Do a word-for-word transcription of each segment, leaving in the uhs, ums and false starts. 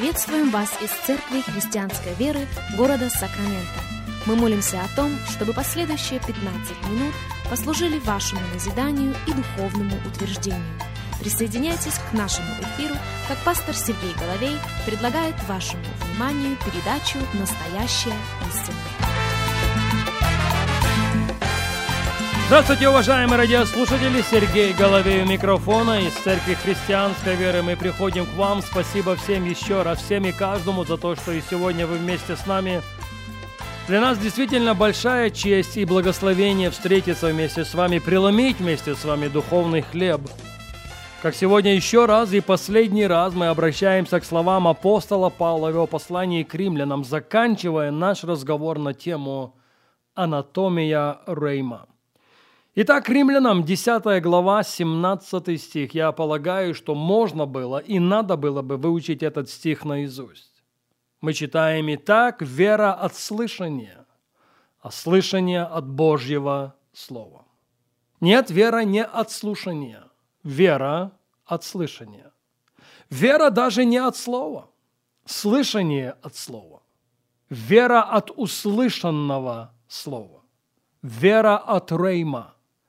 Приветствуем вас из Церкви Христианской Веры города Сакраменто. Мы молимся о том, чтобы последующие пятнадцать минут послужили вашему назиданию и духовному утверждению. Присоединяйтесь к нашему эфиру, как пастор Сергей Головей предлагает вашему вниманию передачу «Настоящая истина». Здравствуйте, уважаемые радиослушатели! Сергей Головей у микрофона. Из Церкви Христианской Веры мы приходим к вам. Спасибо всем еще раз, всем и каждому за то, что и сегодня вы вместе с нами. Для нас действительно большая честь и благословение встретиться вместе с вами, преломить вместе с вами духовный хлеб. Как сегодня еще раз и последний раз мы обращаемся к словам апостола Павла в его послании к римлянам, заканчивая наш разговор на тему «Анатомия Рейма». Итак, Римлянам, десятая глава, семнадцатый стих. Я полагаю, что можно было и надо было бы выучить этот стих наизусть. Мы читаем: «Итак, вера от слышания, а слышание от Божьего Слова». Нет, вера не от слушания, вера от слышания. Вера даже не от слова, слышание от слова. Вера от услышанного слова. Вера от рейма.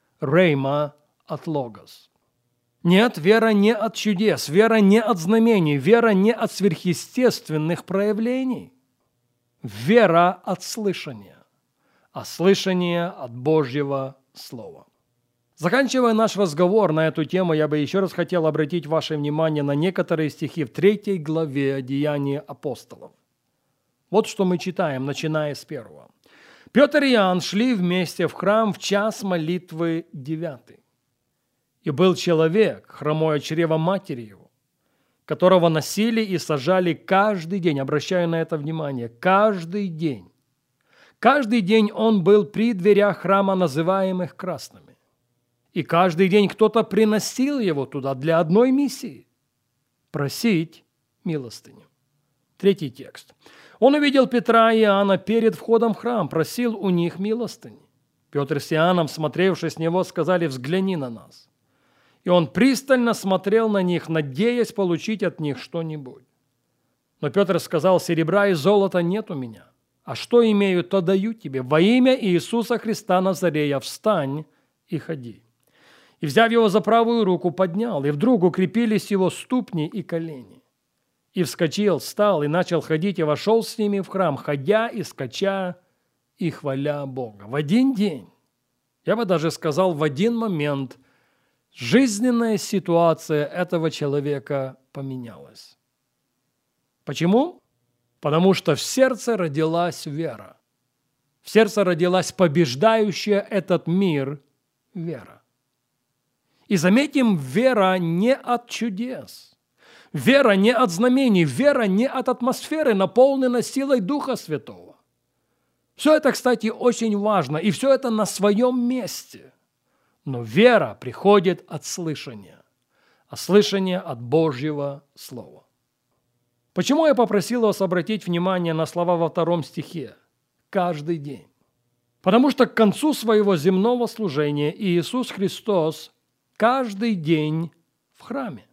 Рейма от логос. Нет, вера не от чудес, вера не от знамений, вера не от сверхъестественных проявлений. Вера от слышания, а слышание от Божьего Слова. Заканчивая наш разговор на эту тему, я бы еще раз хотел обратить ваше внимание на некоторые стихи в третьей главе Деяний апостолов. Вот что мы читаем, начиная с первого. Петр и Иоанн шли вместе в храм в час молитвы девятый. И был человек, хромой от чрева матери его, которого носили и сажали каждый день, обращаю на это внимание, каждый день. Каждый день он был при дверях храма, называемых красными. И каждый день кто-то приносил его туда для одной миссии – просить милостыню. Третий текст. Он увидел Петра и Иоанна перед входом в храм, просил у них милостыни. Петр с Иоанном, смотревшись с него, сказали: «Взгляни на нас». И он пристально смотрел на них, надеясь получить от них что-нибудь. Но Петр сказал: «Серебра и золота нет у меня, а что имею, то даю тебе. Во имя Иисуса Христа Назарея встань и ходи». И, взяв его за правую руку, поднял, и вдруг укрепились его ступни и колени. И вскочил, встал и начал ходить, и вошел с ними в храм, ходя и скача и хваля Бога. В один день, я бы даже сказал, в один момент, жизненная ситуация этого человека поменялась. Почему? Потому что в сердце родилась вера. В сердце родилась побеждающая этот мир вера. И заметим, вера не от чудес. Вера не от знамений, вера не от атмосферы, наполнена силой Духа Святого. Все это, кстати, очень важно, и все это на своем месте. Но вера приходит от слышания, а слышание от Божьего Слова. Почему я попросил вас обратить внимание на слова во втором стихе? Каждый день. Потому что к концу своего земного служения Иисус Христос каждый день в храме.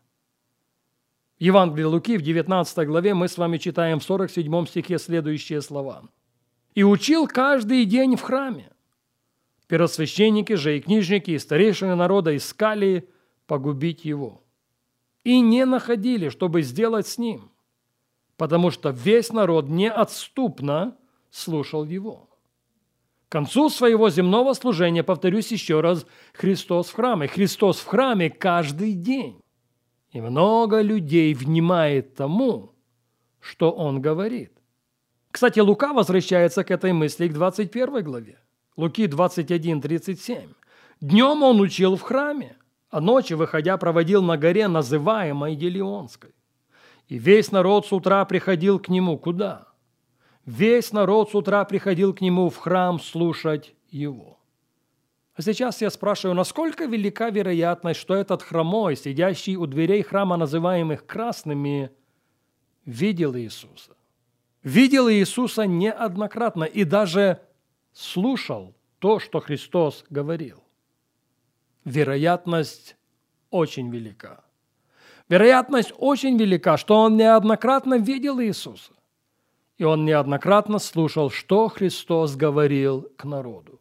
В Евангелии Луки в девятнадцатой главе мы с вами читаем в сорок седьмом стихе следующие слова. «И учил каждый день в храме. Первосвященники же и книжники, и старейшины народа искали погубить его. И не находили, чтобы сделать с ним, потому что весь народ неотступно слушал его». К концу своего земного служения, повторюсь еще раз, Христос в храме. Христос в храме каждый день. И много людей внимает тому, что он говорит. Кстати, Лука возвращается к этой мысли к двадцать первой главе. Луки двадцать один тридцать семь. «Днем он учил в храме, а ночью, выходя, проводил на горе, называемой Елеонской. И весь народ с утра приходил к нему». Куда? Весь народ с утра приходил к нему в храм слушать его. А сейчас я спрашиваю, насколько велика вероятность, что этот хромой, сидящий у дверей храма, называемых красными, видел Иисуса? Видел Иисуса неоднократно и даже слушал то, что Христос говорил. Вероятность очень велика. Вероятность очень велика, что он неоднократно видел Иисуса, и он неоднократно слушал, что Христос говорил к народу.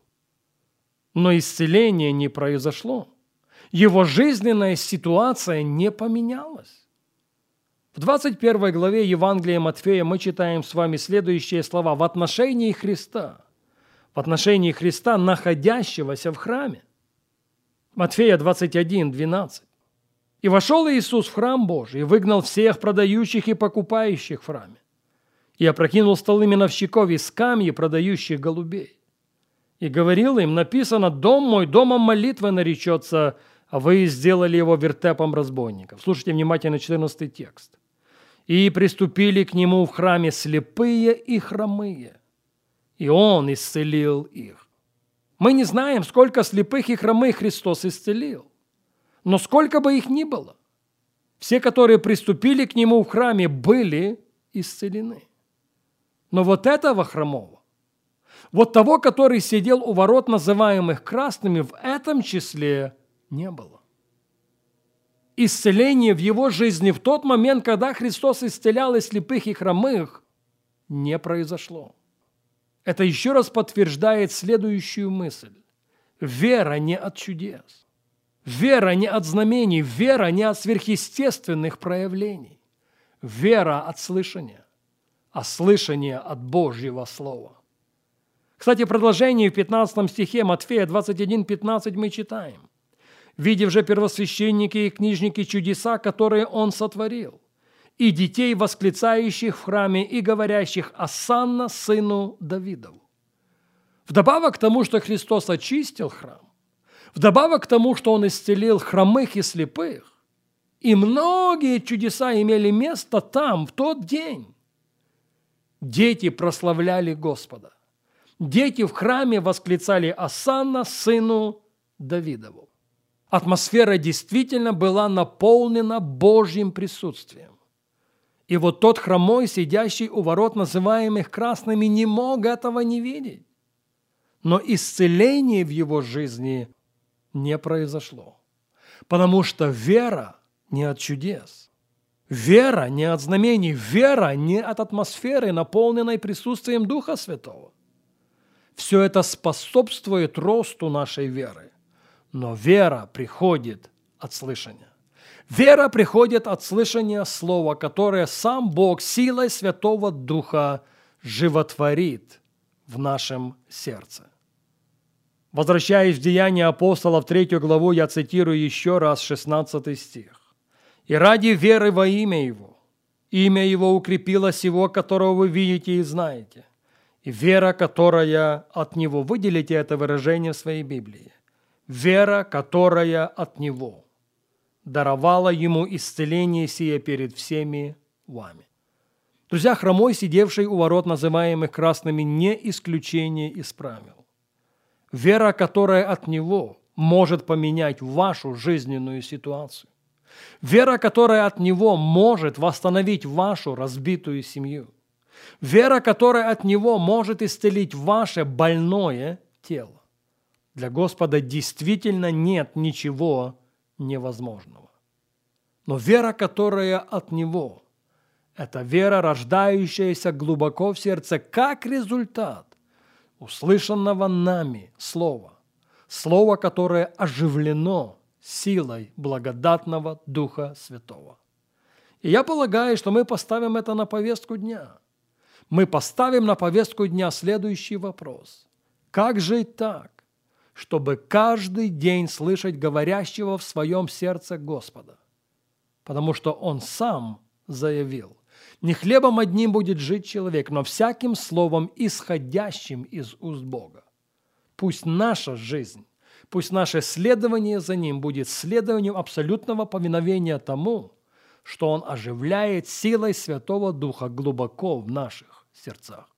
Но исцеление не произошло. Его жизненная ситуация не поменялась. В двадцать первой главе Евангелия Матфея мы читаем с вами следующие слова в отношении Христа, в отношении Христа, находящегося в храме. Матфея двадцать один, двенадцать. «И вошел Иисус в храм Божий, и выгнал всех продающих и покупающих в храме, и опрокинул столы миновщиков и скамьи продающих голубей. И говорил им: написано, дом мой домом молитвы наречется, а вы сделали его вертепом разбойников». Слушайте внимательно четырнадцатый текст. «И приступили к нему в храме слепые и хромые, и он исцелил их». Мы не знаем, сколько слепых и хромых Христос исцелил, но сколько бы их ни было, все, которые приступили к нему в храме, были исцелены. Но вот этого хромого, вот того, который сидел у ворот, называемых красными, в этом числе не было. Исцеление в его жизни в тот момент, когда Христос исцелял и слепых, и хромых, не произошло. Это еще раз подтверждает следующую мысль. Вера не от чудес. Вера не от знамений. Вера не от сверхъестественных проявлений. Вера от слышания, а слышание от Божьего Слова. Кстати, продолжение в пятнадцатом стихе Матфея двадцать один, пятнадцать мы читаем. «Видев же первосвященники и книжники чудеса, которые он сотворил, и детей, восклицающих в храме и говорящих: Осанна сыну Давидову». Вдобавок к тому, что Христос очистил храм, вдобавок к тому, что он исцелил хромых и слепых, и многие чудеса имели место там, в тот день, дети прославляли Господа. Дети в храме восклицали: Осанна сыну Давидову. Атмосфера действительно была наполнена Божьим присутствием. И вот тот хромой, сидящий у ворот, называемых красными, не мог этого не видеть. Но исцеление в его жизни не произошло, потому что вера не от чудес, вера не от знамений, вера не от атмосферы, наполненной присутствием Духа Святого. Все это способствует росту нашей веры, но вера приходит от слышания. Вера приходит от слышания слова, которое сам Бог силой Святого Духа животворит в нашем сердце. Возвращаясь в Деяния апостолов, третью главу, я цитирую еще раз шестнадцатый стих. «И ради веры во имя Его, имя Его укрепило сего, которого вы видите и знаете, и вера, которая от Него». Выделите это выражение в своей Библии. «Вера, которая от Него даровала Ему исцеление сие перед всеми вами». Друзья, хромой, сидевший у ворот, называемых красными, не исключение из правил. Вера, которая от Него, может поменять вашу жизненную ситуацию. Вера, которая от Него, может восстановить вашу разбитую семью. Вера, которая от Него, может исцелить ваше больное тело. Для Господа действительно нет ничего невозможного. Но вера, которая от Него, это вера, рождающаяся глубоко в сердце, как результат услышанного нами слова. Слово, которое оживлено силой благодатного Духа Святого. И я полагаю, что мы поставим это на повестку дня. Мы поставим на повестку дня следующий вопрос. Как жить так, чтобы каждый день слышать говорящего в своем сердце Господа? Потому что Он сам заявил: не хлебом одним будет жить человек, но всяким словом, исходящим из уст Бога. Пусть наша жизнь, пусть наше следование за Ним будет следованием абсолютного повиновения тому, что Он оживляет силой Святого Духа глубоко в наших сердцах.